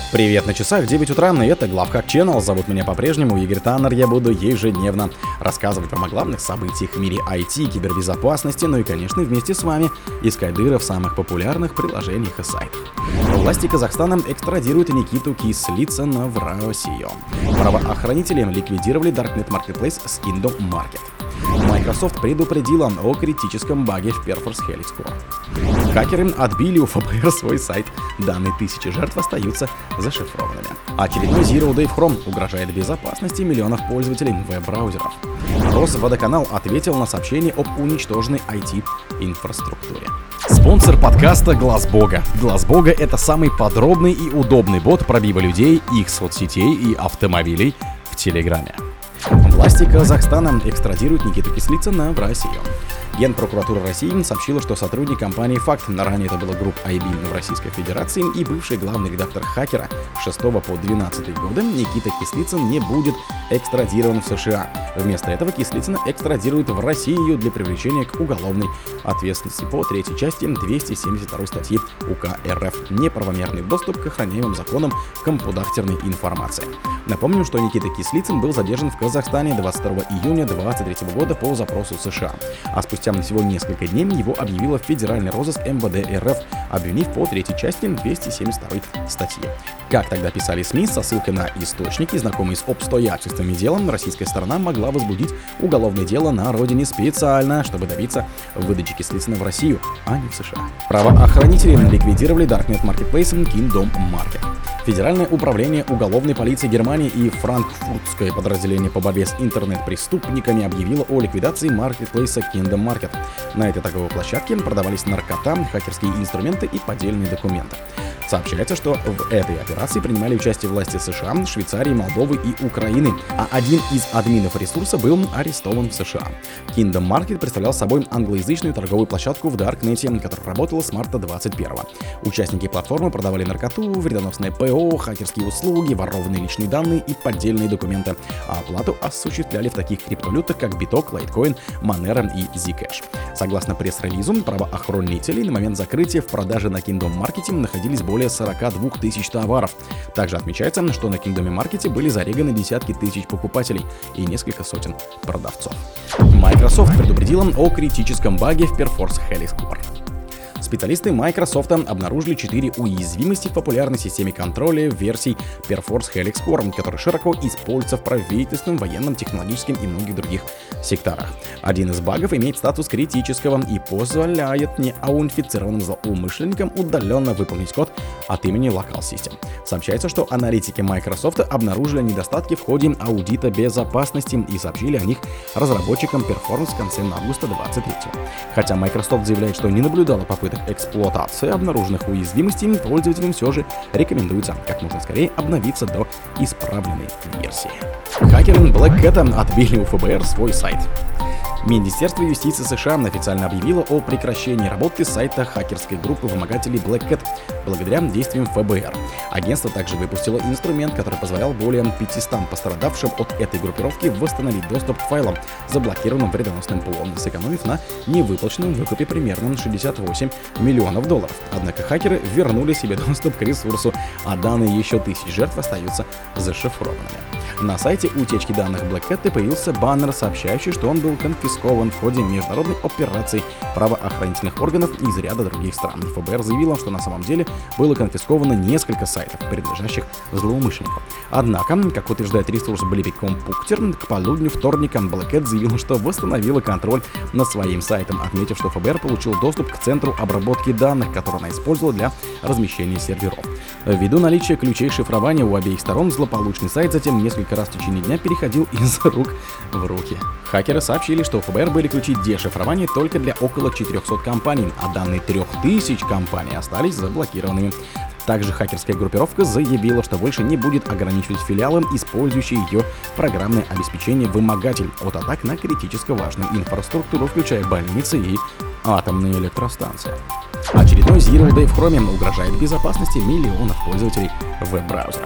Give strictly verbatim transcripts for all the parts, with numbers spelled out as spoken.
Привет, на часах девять утра, и это Главхак Channel. Зовут меня по-прежнему Игорь Таннер. Я буду ежедневно рассказывать вам о главных событиях в мире ай ти, кибербезопасности, ну и, конечно, вместе с вами искать дыры в самых популярных приложениях и сайтах. Власти Казахстана экстрадируют Никиту Кислицына в Россию. Правоохранители ликвидировали Darknet Marketplace с Kingdom Market. Microsoft предупредила о критическом баге в Perforce Helix Core. Хакеры отбили у эф бэ эр свой сайт. Данные тысячи жертв остаются зашифрованными. Очередной Zero Day в Chrome угрожает безопасности миллионов пользователей веб-браузеров. Росводоканал ответил на сообщение об уничтоженной ай ти-инфраструктуре. Спонсор подкаста Глаз Бога. Глаз Бога — это самый подробный и удобный бот пробива людей, их соцсетей и автомобилей в Телеграме. Власти Казахстана экстрадируют Никиту Кислицына в Россию. Генпрокуратура России сообщила, что сотрудник компании «Факт», ранее это была группа ай би в Российской Федерации, и бывший главный редактор «Хакера» с шестого по двенадцатый годы Никита Кислицын не будет экстрадирован в США. Вместо этого Кислицына экстрадируют в Россию для привлечения к уголовной ответственности по третьей части двести семьдесят второй статьи УК эр эф «Неправомерный доступ к охраняемым законом компьютерной информации». Напомним, что Никита Кислицын был задержан в Казахстане двадцать второго июня две тысячи двадцать третьего года по запросу США, а спустя всего несколько дней его объявила в федеральный розыск эм вэ дэ эр эф, обвинив по третьей части двести семьдесят второй статьи. Как тогда писали СМИ, со ссылкой на источники, знакомые с обстоятельствами дела, российская сторона могла возбудить уголовное дело на родине специально, чтобы добиться выдачи Кислицына в Россию, а не в США. Правоохранители ликвидировали Darknet Marketplace Kingdom Market. Федеральное управление уголовной полиции Германии и франкфуртское подразделение по борьбе с интернет-преступниками объявило о ликвидации маркетплейса Kingdom Market. На этой торговой площадке продавались наркота, хакерские инструменты и поддельные документы. Сообщается, что в этой операции принимали участие власти США, Швейцарии, Молдовы и Украины, а один из админов ресурса был арестован в США. Kingdom Market представлял собой англоязычную торговую площадку в Даркнете, которая работала с марта двадцать первого. Участники платформы продавали наркоту, вредоносное ПО, хакерские услуги, ворованные личные данные и поддельные документы, а оплату осуществляли в таких криптовалютах, как Биток, Litecoin, Monero и Zcash. Согласно пресс-релизу, правоохранители на момент закрытия в продаже на Kingdom Market находились более более сорок два тысяч товаров. Также отмечается, что на Kingdom Market были зареганы десятки тысяч покупателей и несколько сотен продавцов. Microsoft предупредила о критическом баге в Perforce Helix Core. Специалисты Microsoft обнаружили четыре уязвимости в популярной системе контроля версий Perforce Helix Core, которые широко используются в правительственном, военном, технологическом и многих других секторах. Один из багов имеет статус критического и позволяет неаутентифицированным злоумышленникам удаленно выполнить код от имени Local System. Сообщается, что аналитики Microsoft обнаружили недостатки в ходе аудита безопасности и сообщили о них разработчикам Perforce в конце августа двадцать третьего. Хотя Microsoft заявляет, что не наблюдала попыток эксплуатации обнаруженных уязвимостей, пользователям все же рекомендуется как можно скорее обновиться до исправленной версии. Хакеры Black Cat отбили у эф бэ эр свой сайт. Министерство юстиции США официально объявило о прекращении работы сайта хакерской группы вымогателей Black Cat благодаря действиям эф бэ эр. Агентство также выпустило инструмент, который позволял более пятистам пострадавшим от этой группировки восстановить доступ к файлам, заблокированным вредоносным ПО, сэкономив на невыплаченном выкупе примерно шестьдесят восемь миллионов долларов. Однако хакеры вернули себе доступ к ресурсу, а данные еще тысяч жертв остаются зашифрованными. На сайте утечки данных Black Cat появился баннер, сообщающий, что он был конфискован в ходе международной операции правоохранительных органов из ряда других стран. эф бэ эр заявила, что на самом деле было конфисковано несколько сайтов, принадлежащих злоумышленникам. Однако, как утверждает ресурс Blippi.com.Pukter, к полудню вторника Black Cat заявила, что восстановила контроль над своим сайтом, отметив, что эф бэ эр получил доступ к центру обработки данных, который она использовала для размещения серверов. Ввиду наличия ключей шифрования у обеих сторон, злополучный сайт затем несколько раз в течение дня переходил из рук в руки. Хакеры сообщили, что у эф бэ эр были ключи дешифрования только для около четырехсот компаний, а данные трех тысяч компаний остались заблокированными. Также хакерская группировка заявила, что больше не будет ограничивать филиалы, использующие ее программное обеспечение «Вымогатель» от атак на критически важную инфраструктуру, включая больницы и атомные электростанции. Очередной Zero Day в Chrome угрожает безопасности миллионов пользователей веб-браузеров. В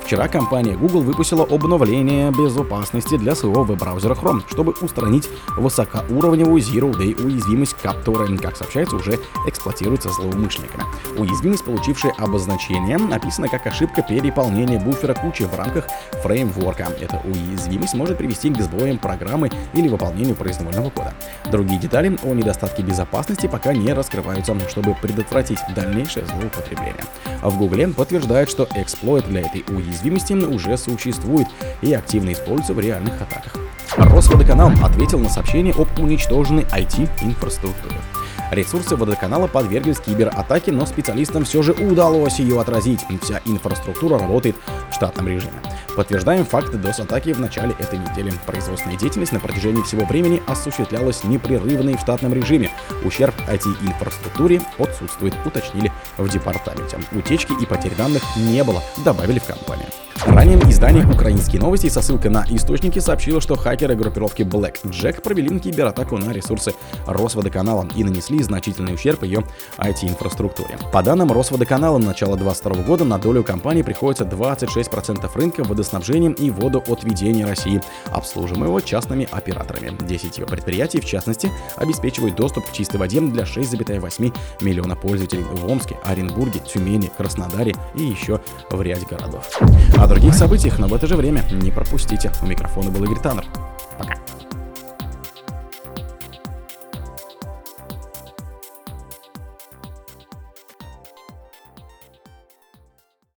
Вчера компания Google выпустила обновление безопасности для своего веб-браузера Chrome, чтобы устранить высокоуровневую Zero-Day уязвимость, которая, как сообщается, уже эксплуатируется злоумышленниками. Уязвимость, получившая обозначение, описана как ошибка переполнения буфера кучи в рамках фреймворка. Эта уязвимость может привести к сбоям программы или выполнению произвольного кода. Другие детали о недостатке безопасности пока не раскрываются, чтобы предотвратить дальнейшее злоупотребление. В Google подтверждают, что эксплойт для этой уязвимости уже существует и активно используется в реальных атаках. Росводоканал ответил на сообщение об уничтоженной ай ти-инфраструктуре. Ресурсы водоканала подверглись кибератаке, но специалистам все же удалось ее отразить. Вся инфраструктура работает в штатном режиме. Подтверждаем факты дос-атаки в начале этой недели. Производственная деятельность на протяжении всего времени осуществлялась непрерывно и в штатном режиме. Ущерб ай ти-инфраструктуре отсутствует, уточнили в департаменте. Утечки и потерь данных не было, добавили в компанию. Ранее издание «Украинские новости» со ссылкой на источники сообщило, что хакеры группировки BlackJack провели кибератаку на ресурсы Росводоканала и нанесли значительный ущерб ее ай ти-инфраструктуре. По данным Росводоканала, на начало двадцать второго года на долю компании приходится двадцать шесть процентов рынка водоснабжения и водоотведения России, обслуживаемого частными операторами. десять ее предприятий, в частности, обеспечивают доступ к чистой воде для шесть целых восемь десятых миллиона пользователей в Омске, Оренбурге, Тюмени, Краснодаре и еще в ряде городов. О других событиях, но в это же время не пропустите. У микрофона был Игорь Таннер.